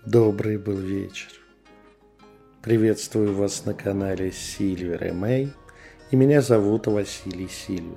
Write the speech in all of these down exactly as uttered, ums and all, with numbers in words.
Добрый был вечер. Приветствую вас на канале Silver эм эй, и меня зовут Василий Сильвер.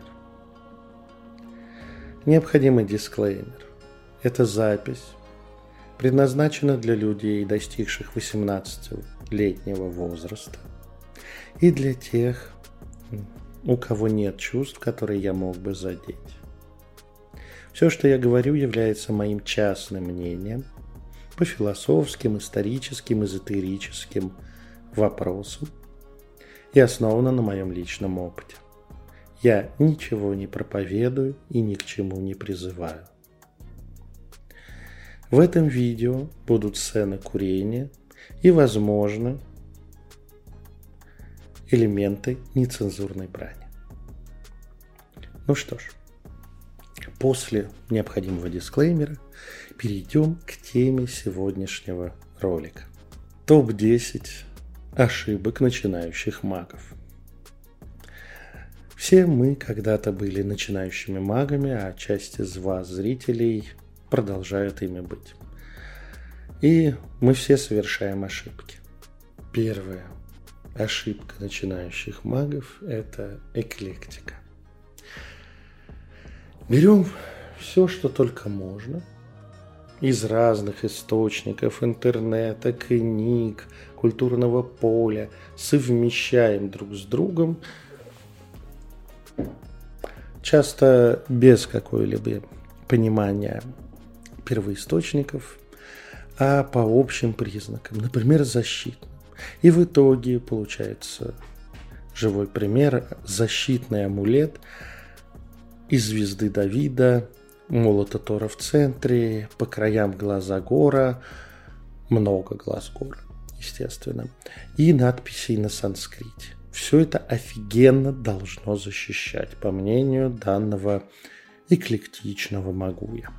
Необходимый дисклеймер. Эта запись предназначена для людей, достигших восемнадцатилетнего возраста, и для тех, у кого нет чувств, которые я мог бы задеть. Все, что я говорю, является моим частным мнением по философским, историческим, эзотерическим вопросам и основано на моем личном опыте. Я ничего не проповедую и ни к чему не призываю. В этом видео будут сцены курения и, возможно, элементы нецензурной брани. Ну что ж, после необходимого дисклеймера перейдем к теме сегодняшнего ролика. топ десять ошибок начинающих магов. Все мы когда-то были начинающими магами, а часть из вас, зрителей, продолжают ими быть. И мы все совершаем ошибки. Первая ошибка начинающих магов – это эклектика. Берем все, что только можно, из разных источников, интернета, книг, культурного поля, совмещаем друг с другом, часто без какой-либо понимания первоисточников, а по общим признакам, например, защитным. И в итоге получается живой пример: защитный амулет из звезды Давида, молота Тора в центре, по краям глаза Гора, много глаз Гора, естественно, и надписей на санскрите. Все это офигенно должно защищать, по мнению данного эклектичного магуя.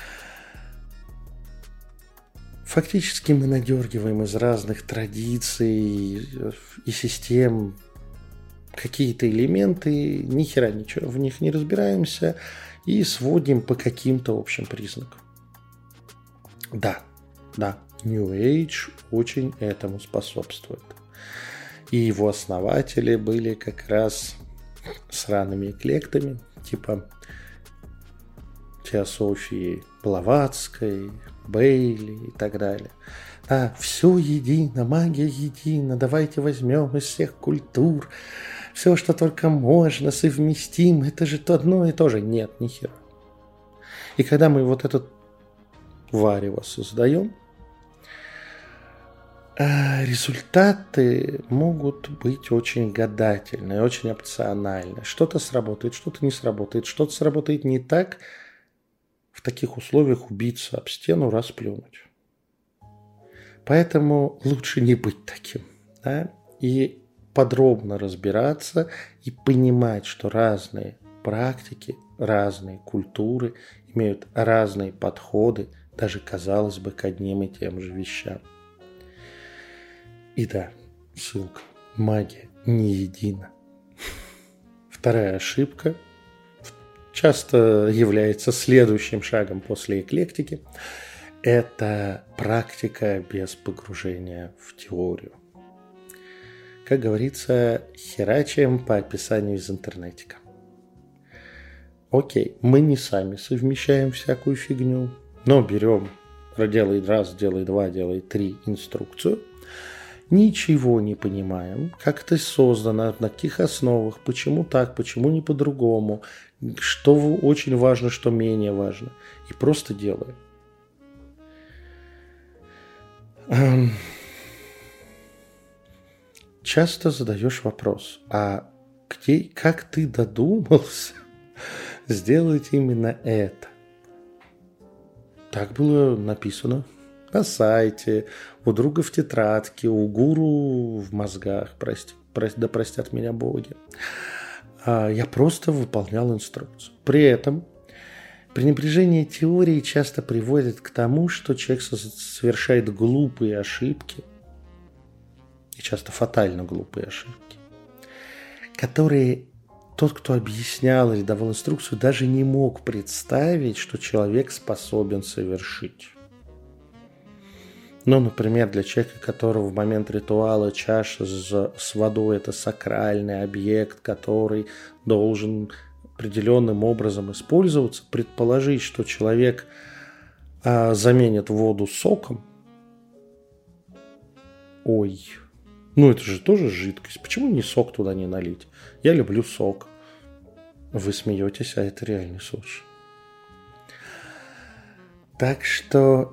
Фактически мы надергиваем из разных традиций и систем какие-то элементы, ни хера ничего в них не разбираемся и сводим по каким-то общим признакам. Да, да, New Age очень этому способствует. И его основатели были как раз сраными эклектами, типа Теософии Блаватской, Бейли и так далее. А, все едино, магия едина, давайте возьмем из всех культур все, что только можно, совместим, это же то одно и то же. Нет, ни хера. И когда мы вот этот варево создаем, результаты могут быть очень гадательные, очень опциональные. Что-то сработает, что-то не сработает, что-то сработает не так. В таких условиях убиться об стену, расплюнуть. Поэтому лучше не быть таким. Да? И подробно разбираться и понимать, что разные практики, разные культуры имеют разные подходы, даже, казалось бы, к одним и тем же вещам. И да, ссылка. Магия не едина. Вторая ошибка часто является следующим шагом после эклектики. Это практика без погружения в теорию. Как говорится, херачим по описанию из интернетика. Окей, мы не сами совмещаем всякую фигню, но берем, делай раз, делай два, делай три инструкцию. Ничего не понимаем, как это создано, на каких основах, почему так, почему не по-другому, что очень важно, что менее важно. И просто делаем. Часто задаешь вопрос, а где, как ты додумался сделать именно это? Так было написано на сайте, у друга в тетрадке, у гуру в мозгах, прости, прости, да простят меня боги. Я просто выполнял инструкцию. При этом пренебрежение теорией часто приводит к тому, что человек совершает глупые ошибки, и часто фатально глупые ошибки, которые тот, кто объяснял или давал инструкцию, даже не мог представить, что человек способен совершить. Ну, например, для человека, которого в момент ритуала чаша с, с водой – это сакральный объект, который должен определенным образом использоваться, предположить, что человек а, заменит воду соком, ой, ну это же тоже жидкость, почему не сок туда не налить? Я люблю сок. Вы смеетесь, а это реальный случай. Так что,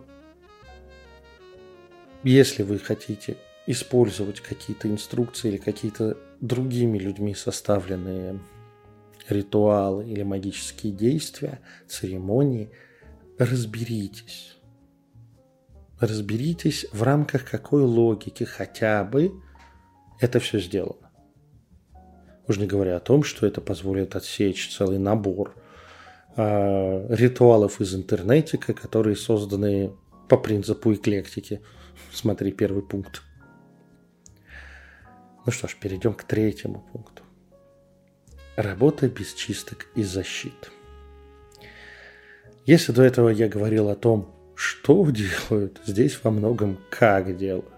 если вы хотите использовать какие-то инструкции или какие-то другими людьми составленные ритуалы или магические действия, церемонии, разберитесь. Разберитесь, в рамках какой логики хотя бы это все сделано. Уж не говоря о том, что это позволит отсечь целый набор э, ритуалов из интернетика, которые созданы по принципу эклектики. Смотри первый пункт. Ну что ж, перейдем к третьему пункту. Работа без чисток и защит. Если до этого я говорил о том, что делают, здесь во многом как делают.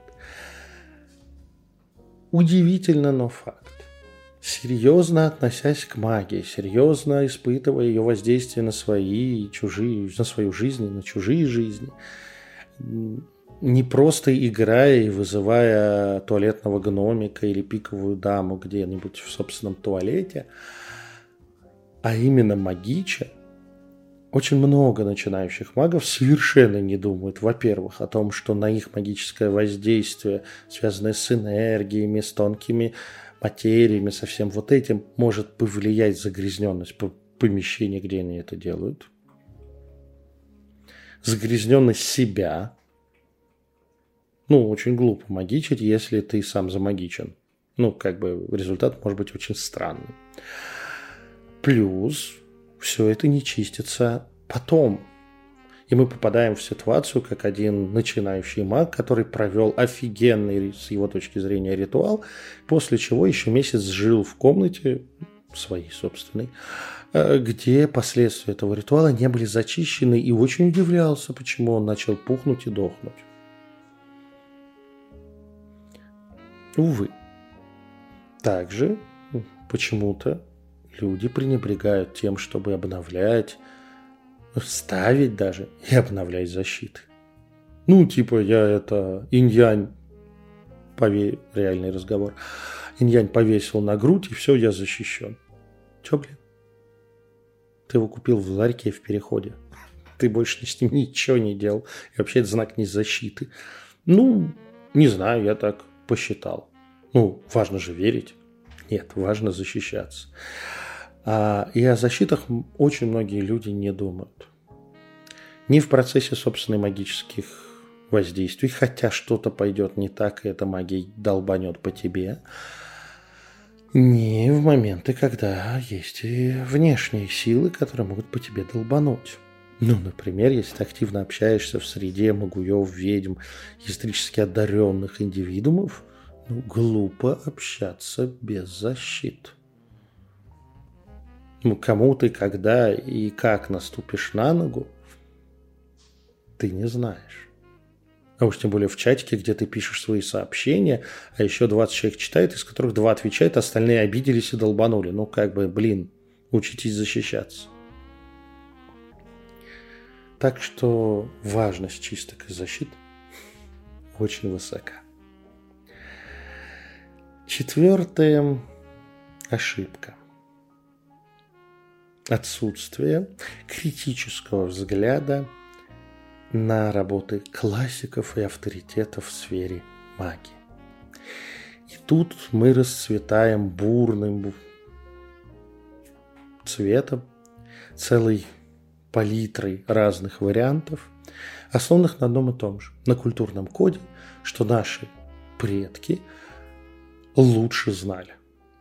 Удивительно, но факт. Серьезно относясь к магии, серьезно испытывая ее воздействие на свои чужие, на свою жизнь и на чужие жизни, не просто играя и вызывая туалетного гномика или пиковую даму где-нибудь в собственном туалете, а именно магича, очень много начинающих магов совершенно не думают, во-первых, о том, что на их магическое воздействие, связанное с энергиями, с тонкими материями, со всем вот этим, может повлиять загрязненность помещения, где они это делают. Загрязненность себя. Ну, очень глупо магичить, если ты сам замагичен. Ну, как бы результат может быть очень странный. Плюс все это не чистится потом. И мы попадаем в ситуацию, как один начинающий маг, который провел офигенный, с его точки зрения, ритуал, после чего еще месяц жил в комнате своей собственной, где последствия этого ритуала не были зачищены, и очень удивлялся, почему он начал пухнуть и дохнуть. Увы. Также почему-то люди пренебрегают тем, чтобы обновлять, ставить даже и обновлять защиты. Ну, типа, я это инь-янь, пове... реальный разговор, инь-янь повесил на грудь, и все, я защищен. Че, блин? Ты его купил в ларьке в переходе. Ты больше с ним ничего не делал. И вообще это знак не защиты. Ну, не знаю, я так посчитал. Ну, важно же верить. Нет, важно защищаться. А, и о защитах очень многие люди не думают. Ни в процессе собственных магических воздействий, хотя что-то пойдет не так, и эта магия долбанет по тебе, ни в моменты, когда есть и внешние силы, которые могут по тебе долбануть. Ну, например, если ты активно общаешься в среде магуев, ведьм, исторически одаренных индивидуумов, ну, глупо общаться без защит. Ну, кому ты, когда и как наступишь на ногу, ты не знаешь. А уж тем более в чатике, где ты пишешь свои сообщения, а еще двадцать человек читает, из которых два отвечают, остальные обиделись и долбанули. Ну, как бы, блин, учитесь защищаться. Так что важность чисток и защит очень высока. Четвертая ошибка. Отсутствие критического взгляда на работы классиков и авторитетов в сфере магии. И тут мы расцветаем бурным цветом, целой палитрой разных вариантов, основанных на одном и том же, на культурном коде, что наши предки лучше знали.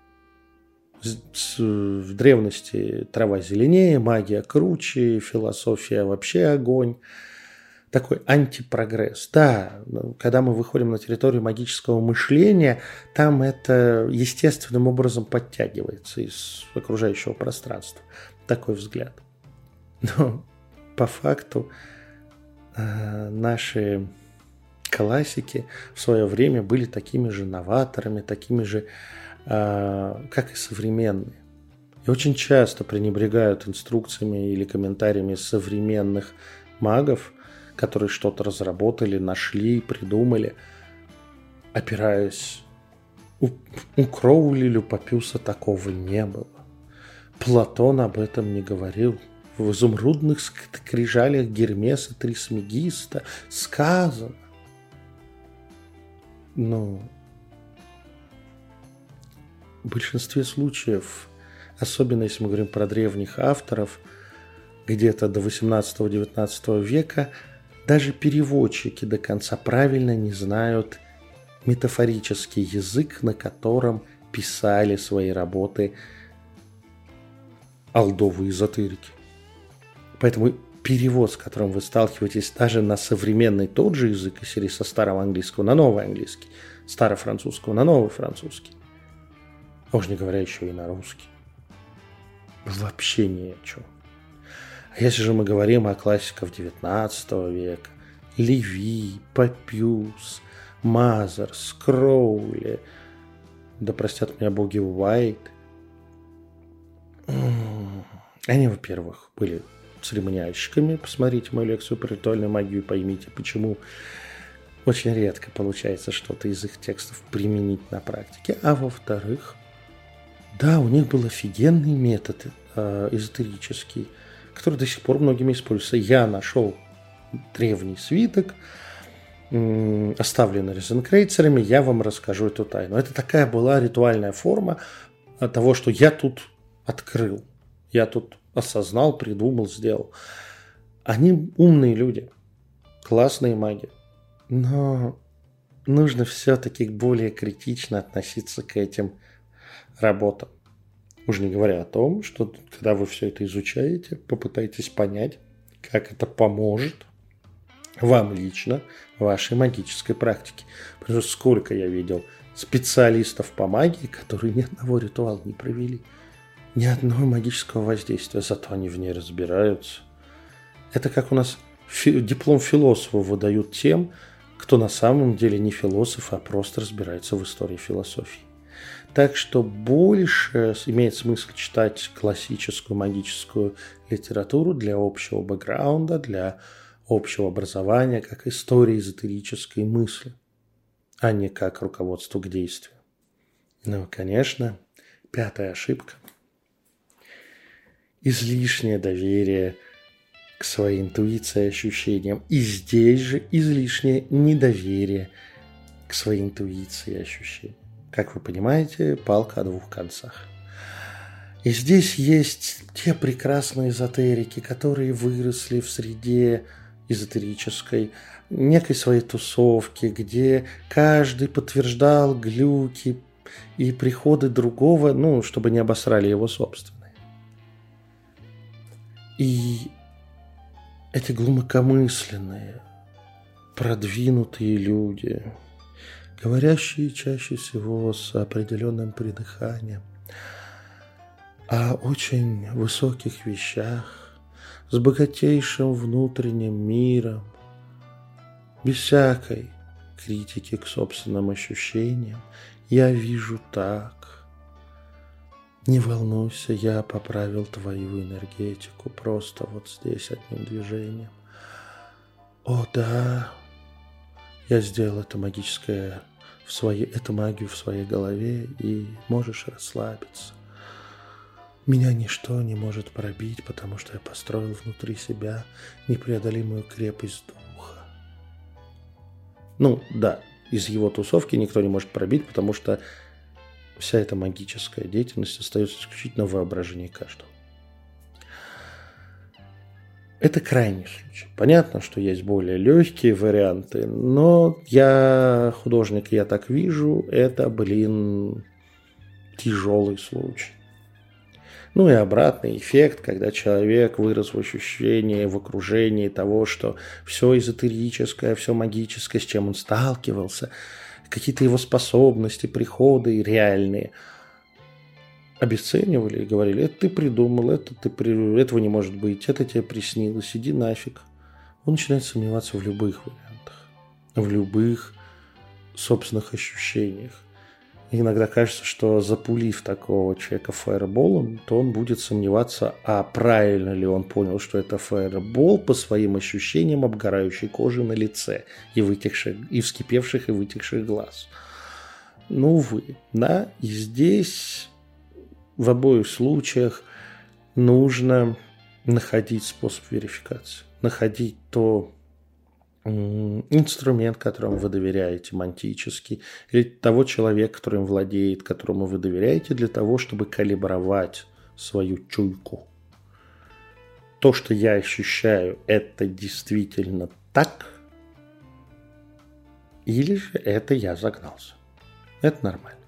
В древности трава зеленее, магия круче, философия вообще огонь. Такой антипрогресс. Да, когда мы выходим на территорию магического мышления, там это естественным образом подтягивается из окружающего пространства. Такой взгляд. Но по факту наши классики в свое время были такими же новаторами, такими же, э, как и современные. И очень часто пренебрегают инструкциями или комментариями современных магов, которые что-то разработали, нашли, придумали, опираясь. У, у Кроули или у Папюса такого не было. Платон об этом не говорил. В изумрудных скрижалях Гермеса Трисмегиста сказано. Но в большинстве случаев, особенно если мы говорим про древних авторов, где-то до восемнадцатого-девятнадцатого века, даже переводчики до конца правильно не знают метафорический язык, на котором писали свои работы олдовые эзотерики. Поэтому перевод, с которым вы сталкиваетесь даже на современный тот же язык из серии со старого английского на новый английский, старофранцузского на новый французский, а уж не говоря еще и на русский, вообще ни о чем. А если же мы говорим о классиках девятнадцатого века, Леви, Папюс, Мазерс, Кроули, да простят меня боги, Уайт, они, во-первых, были церемониальщиками. Посмотрите мою лекцию про ритуальную магию и поймите, почему очень редко получается что-то из их текстов применить на практике. А во-вторых, да, у них был офигенный метод э, эзотерический, который до сих пор многими используется. Я нашел древний свиток, э, оставленный розенкрейцерами, я вам расскажу эту тайну. Это такая была ритуальная форма того, что я тут открыл, я тут осознал, придумал, сделал. Они умные люди, классные маги, но нужно все-таки более критично относиться к этим работам. Уж не говоря о том, что когда вы все это изучаете, попытайтесь понять, как это поможет вам лично в вашей магической практике. Потому что сколько я видел специалистов по магии, которые ни одного ритуала не провели. Ни одного магического воздействия, зато они в ней разбираются. Это как у нас фи- диплом философа выдают тем, кто на самом деле не философ, а просто разбирается в истории философии. Так что больше имеет смысл читать классическую магическую литературу для общего бэкграунда, для общего образования, как история эзотерической мысли, а не как руководство к действию. Ну, конечно, пятая ошибка. Излишнее доверие к своей интуиции и ощущениям. И здесь же излишнее недоверие к своей интуиции и ощущениям. Как вы понимаете, палка о двух концах. И здесь есть те прекрасные эзотерики, которые выросли в среде эзотерической, некой своей тусовки, где каждый подтверждал глюки и приходы другого, ну, чтобы не обосрали его собственные. И эти глубокомысленные, продвинутые люди, говорящие чаще всего с определенным придыханием о очень высоких вещах, с богатейшим внутренним миром, без всякой критики к собственным ощущениям, я вижу так. Не волнуйся, я поправил твою энергетику просто вот здесь одним движением. О, да, я сделал это магическое в своей, эту магию в своей голове, и можешь расслабиться. Меня ничто не может пробить, потому что я построил внутри себя непреодолимую крепость духа. Ну, да, из его тусовки никто не может пробить, потому что вся эта магическая деятельность остается исключительно в воображении каждого. Это крайний случай. Понятно, что есть более легкие варианты, но я художник, я так вижу, это, блин, тяжелый случай. Ну и обратный эффект, когда человек вырос в ощущении, в окружении того, что все эзотерическое, все магическое, с чем он сталкивался, какие-то его способности, приходы реальные обесценивали и говорили: это ты придумал, это ты при... этого не может быть, это тебе приснилось, иди нафиг. Он начинает сомневаться в любых вариантах. в любых собственных ощущениях. Иногда кажется, что запулив такого человека фаерболом, то он будет сомневаться, а правильно ли он понял, что это фаербол по своим ощущениям обгорающей кожи на лице и, вытекших, и вскипевших и вытекших глаз. Ну, увы, да, и здесь в обоих случаях нужно находить способ верификации, находить то инструмент, которому вы доверяете, мантический, или того человека, которым владеет, которому вы доверяете, для того, чтобы калибровать свою чуйку. То, что я ощущаю, это действительно так, или же это я загнался. Это нормально.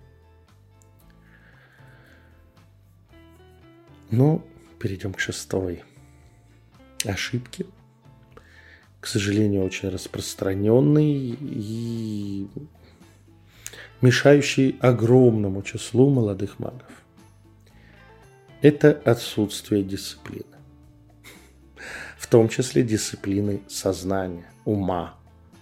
Ну, перейдем к шестой ошибке. К сожалению, очень распространенный и мешающий огромному числу молодых магов. Это отсутствие дисциплины. В том числе дисциплины сознания, ума.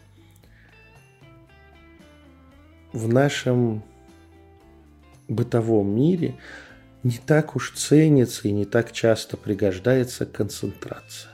В нашем бытовом мире не так уж ценится и не так часто пригождается концентрация.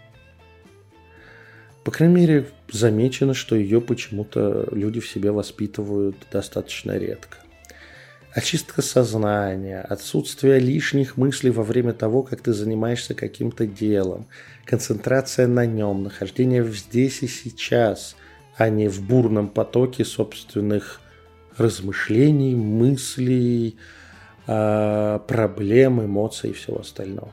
По крайней мере, замечено, что ее почему-то люди в себе воспитывают достаточно редко. Очистка сознания, отсутствие лишних мыслей во время того, как ты занимаешься каким-то делом, концентрация на нем, нахождение здесь и сейчас, а не в бурном потоке собственных размышлений, мыслей, проблем, эмоций и всего остального.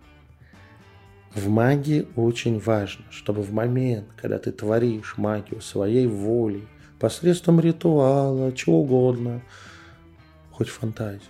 В магии очень важно, чтобы в момент, когда ты творишь магию своей волей, посредством ритуала, чего угодно, хоть фантазии,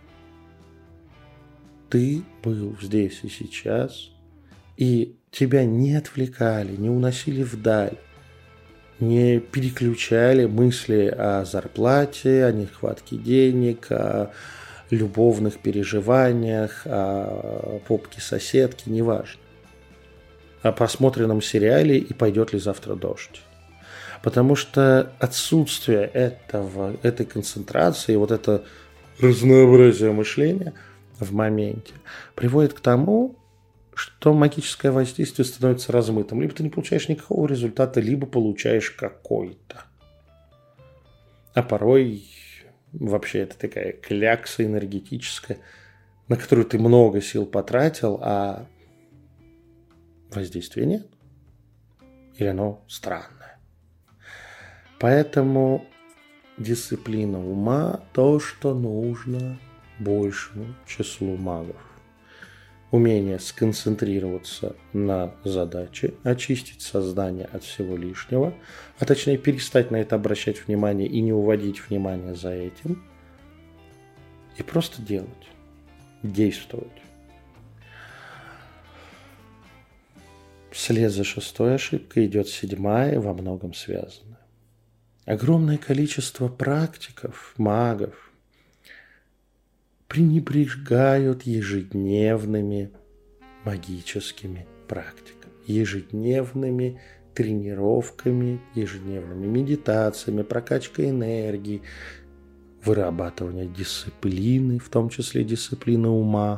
ты был здесь и сейчас, и тебя не отвлекали, не уносили вдаль, не переключали мысли о зарплате, о нехватке денег, о любовных переживаниях, о попке соседки, неважно. О просмотренном сериале и пойдет ли завтра дождь. Потому что отсутствие этого, этой концентрации, вот это разнообразие мышления в моменте приводит к тому, что магическое воздействие становится размытым. Либо ты не получаешь никакого результата, либо получаешь какой-то. А порой вообще это такая клякса энергетическая, на которую ты много сил потратил, а воздействия нет. Или оно странное. Поэтому дисциплина ума – то, что нужно большему числу магов. Умение сконцентрироваться на задаче, очистить сознание от всего лишнего, а точнее перестать на это обращать внимание и не уводить внимание за этим, и просто делать, действовать. Вслед за шестой ошибкой идет седьмая, во многом связанная. Огромное количество практиков, магов пренебрегают ежедневными магическими практиками, ежедневными тренировками, ежедневными медитациями, прокачкой энергии, вырабатывание дисциплины, в том числе дисциплины ума.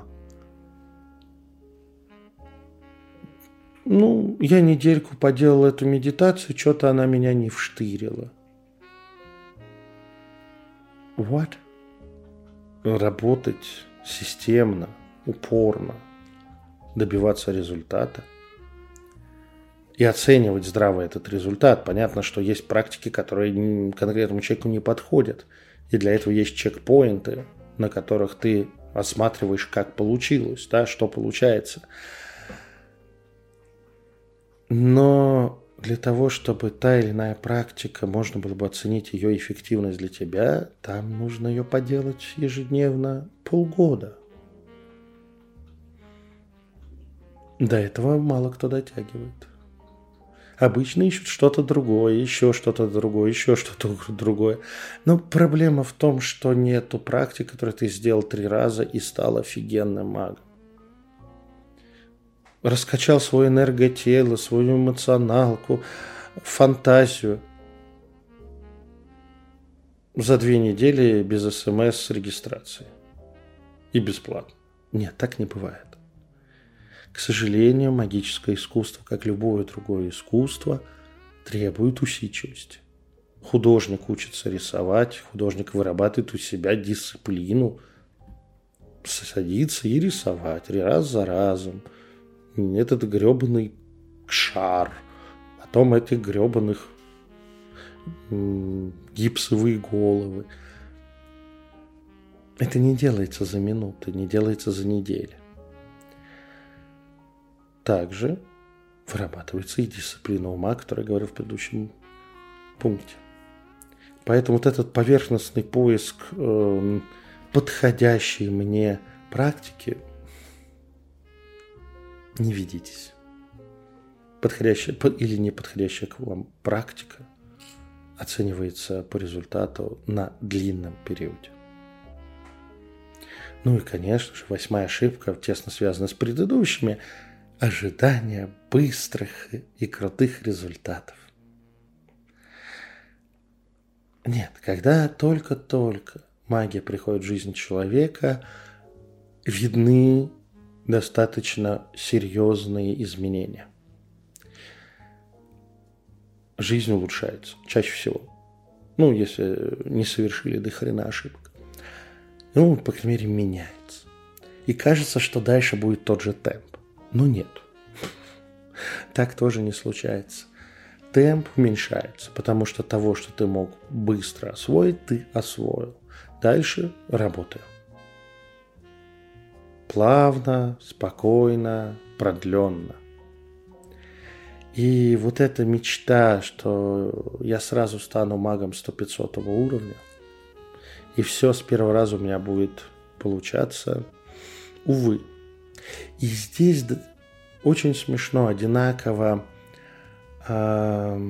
Ну, я недельку поделал эту медитацию, что-то она меня не вштырила. What? Работать системно, упорно, добиваться результата и оценивать здраво этот результат. Понятно, что есть практики, которые конкретному человеку не подходят. И для этого есть чекпоинты, на которых ты осматриваешь, как получилось, да, что получается. Но для того, чтобы та или иная практика, можно было бы оценить ее эффективность для тебя, там нужно ее поделать ежедневно полгода. До этого мало кто дотягивает. Обычно ищут что-то другое, еще что-то другое, еще что-то другое. Но проблема в том, что нету практик, которую ты сделал три раза и стал офигенным магом. Раскачал свое энерготело, свою эмоционалку, фантазию. за две недели без смс с регистрацией. И бесплатно. Нет, так не бывает. К сожалению, магическое искусство, как любое другое искусство, требует усидчивости. Художник учится рисовать, художник вырабатывает у себя дисциплину, садиться и рисовать раз за разом. Этот гребаный шар, потом этих гребаных гипсовые головы. Это не делается за минуты, не делается за недели. Также вырабатывается и дисциплина ума, о которой я говорил в предыдущем пункте. Поэтому вот этот поверхностный поиск э, подходящей мне практики, не ведитесь. Подходящая или не подходящая к вам практика оценивается по результату на длинном периоде. Ну и, конечно же, восьмая ошибка, тесно связана с предыдущими, ожидание быстрых и крутых результатов. Нет, когда только-только магия приходит в жизнь человека, видны достаточно серьезные изменения. Жизнь улучшается чаще всего. Ну, если не совершили до хрена ошибок. Ну, по крайней мере, меняется. И кажется, что дальше будет тот же темп. Но нет. Так тоже не случается. Темп уменьшается, потому что того, что ты мог быстро освоить, ты освоил. Дальше работаем. Плавно, спокойно, продленно. И вот эта мечта, что я сразу стану магом сто-пятьсотого уровня, и все с первого раза у меня будет получаться, увы. И здесь очень смешно, одинаково э,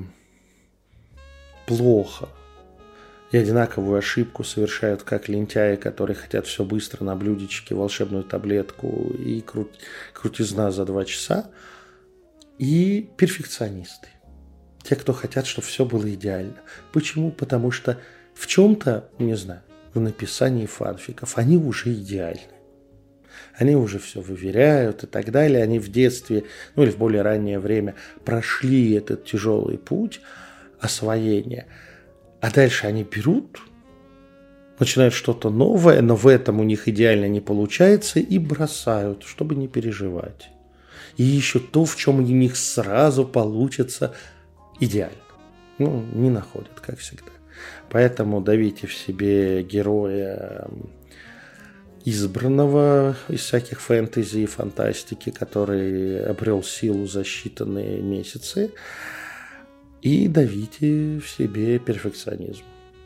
плохо и одинаковую ошибку совершают как лентяи, которые хотят все быстро на блюдечке, волшебную таблетку и кру- крутизна за два часа, и перфекционисты. Те, кто хотят, чтобы все было идеально. Почему? Потому что в чем-то, не знаю, в написании фанфиков они уже идеальны. Они уже все выверяют и так далее. Они в детстве, ну или в более раннее время прошли этот тяжелый путь освоения. А дальше они берут, начинают что-то новое, но в этом у них идеально не получается, и бросают, чтобы не переживать. И еще то, в чем у них сразу получится идеально. Ну, не находят, как всегда. Поэтому давите в себе героя избранного из всяких фэнтези и фантастики, который обрел силу за считанные месяцы, и давите в себе перфекционизм.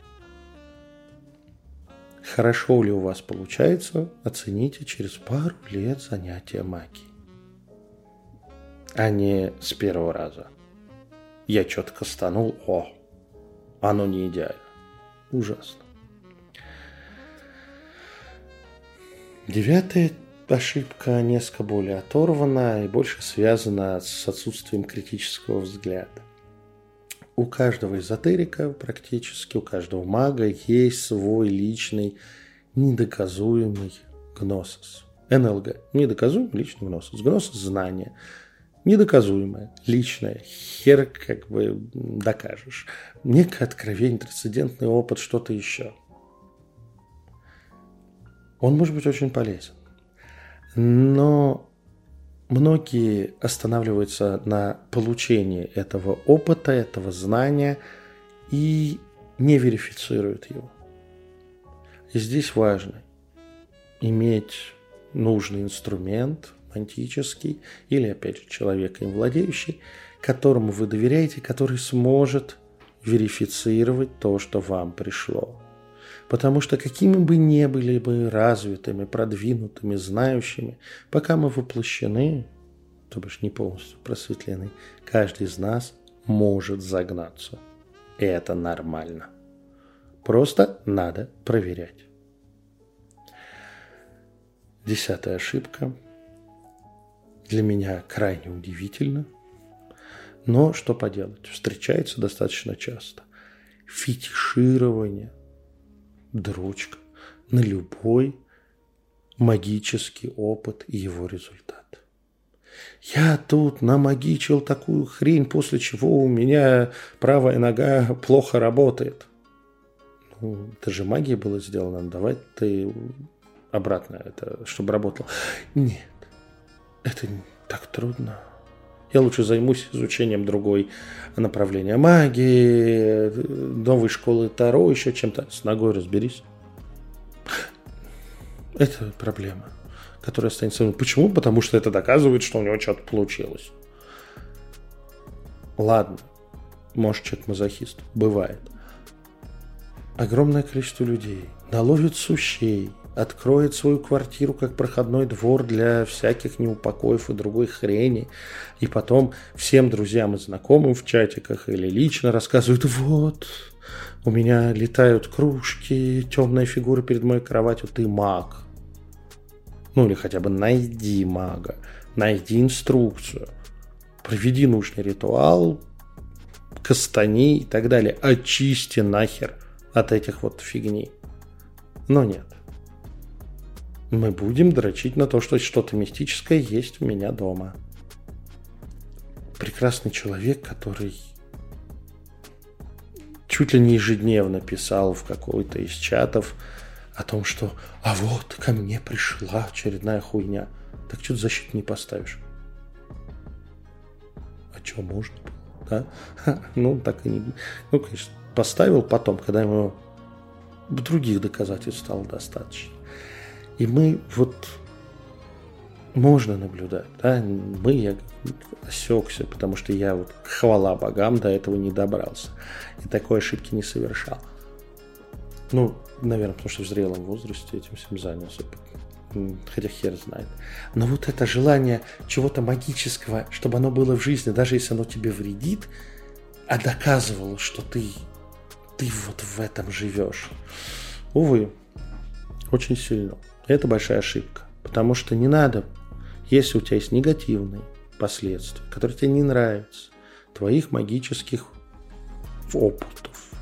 Хорошо ли у вас получается, оцените через пару лет занятия магией. А не с первого раза. Я что-то кастанул, о, оно не идеально. Ужасно. Девятая ошибка несколько более оторвана и больше связана с отсутствием критического взгляда. У каждого эзотерика, практически у каждого мага есть свой личный недоказуемый гносис. эн эл гэ. Недоказуемый личный гносис. Гносис – знание. Недоказуемое, личное. Хер как бы докажешь. Некое откровение, трансцендентный опыт, что-то еще. Он может быть очень полезен. Но многие останавливаются на получении этого опыта, этого знания и не верифицируют его. И здесь важно иметь нужный инструмент магический или, опять же, человека им владеющий, которому вы доверяете, который сможет верифицировать то, что вам пришло. Потому что какими бы ни были бы развитыми, продвинутыми, знающими, пока мы воплощены, то бишь не полностью просветлены, каждый из нас может загнаться. И это нормально. Просто надо проверять. Десятая ошибка. Для меня крайне удивительно, но что поделать, встречается достаточно часто. Фетиширование дрочка на любой магический опыт и его результат. Я тут намагичил такую хрень, после чего у меня правая нога плохо работает. Ну, это же магией было сделано. Давай ты обратно это, чтобы работало. Нет, это так трудно. Я лучше займусь изучением другой направления магии, новой школы Таро, еще чем-то. С ногой разберись. Это проблема, которая останется. Почему? Потому что это доказывает, что у него что-то получилось. Ладно, может, человек мазохист. Бывает. Огромное количество людей наловит сущей, откроет свою квартиру как проходной двор для всяких неупокоев и другой хрени, и потом всем друзьям и знакомым в чатиках или лично рассказывают: вот, у меня летают кружки, темная фигура перед моей кроватью, ты маг. Ну или хотя бы найди мага, найди инструкцию, проведи нужный ритуал, кастани и так далее, очисти нахер от этих вот фигней. Но нет. Мы будем дрочить на то, что что-то мистическое есть у меня дома. Прекрасный человек, который чуть ли не ежедневно писал в какой-то из чатов о том, что «а вот ко мне пришла очередная хуйня». Так что защиту не поставишь? А что, можно было? Да? Ха, ну, так и не... Ну, конечно, поставил потом, когда ему других доказательств стало достаточно. И мы вот можно наблюдать, да, мы, я осекся, потому что я вот, хвала богам, до этого не добрался и такой ошибки не совершал. Ну, наверное, потому что в зрелом возрасте этим всем занялся, хотя хер знает. Но вот это желание чего-то магического, чтобы оно было в жизни, даже если оно тебе вредит, а доказывало, что ты, ты вот в этом живешь. Увы, очень сильно. Это большая ошибка, потому что не надо, если у тебя есть негативные последствия, которые тебе не нравятся, твоих магических опытов,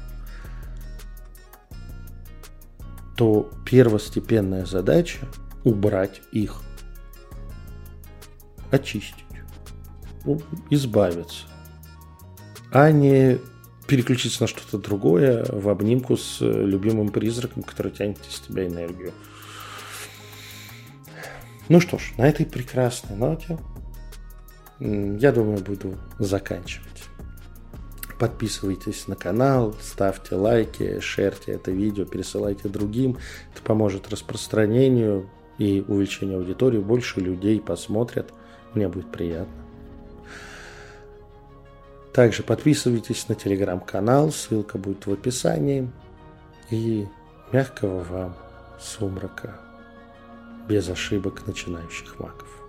то первостепенная задача – убрать их, очистить, избавиться, а не переключиться на что-то другое в обнимку с любимым призраком, который тянет из тебя энергию. Ну что ж, на этой прекрасной ноте, я думаю, буду заканчивать. Подписывайтесь на канал, ставьте лайки, шерьте это видео, пересылайте другим. Это поможет распространению и увеличению аудитории. Больше людей посмотрят. Мне будет приятно. Также подписывайтесь на телеграм-канал, ссылка будет в описании. И мягкого вам сумрака без ошибок начинающих магов.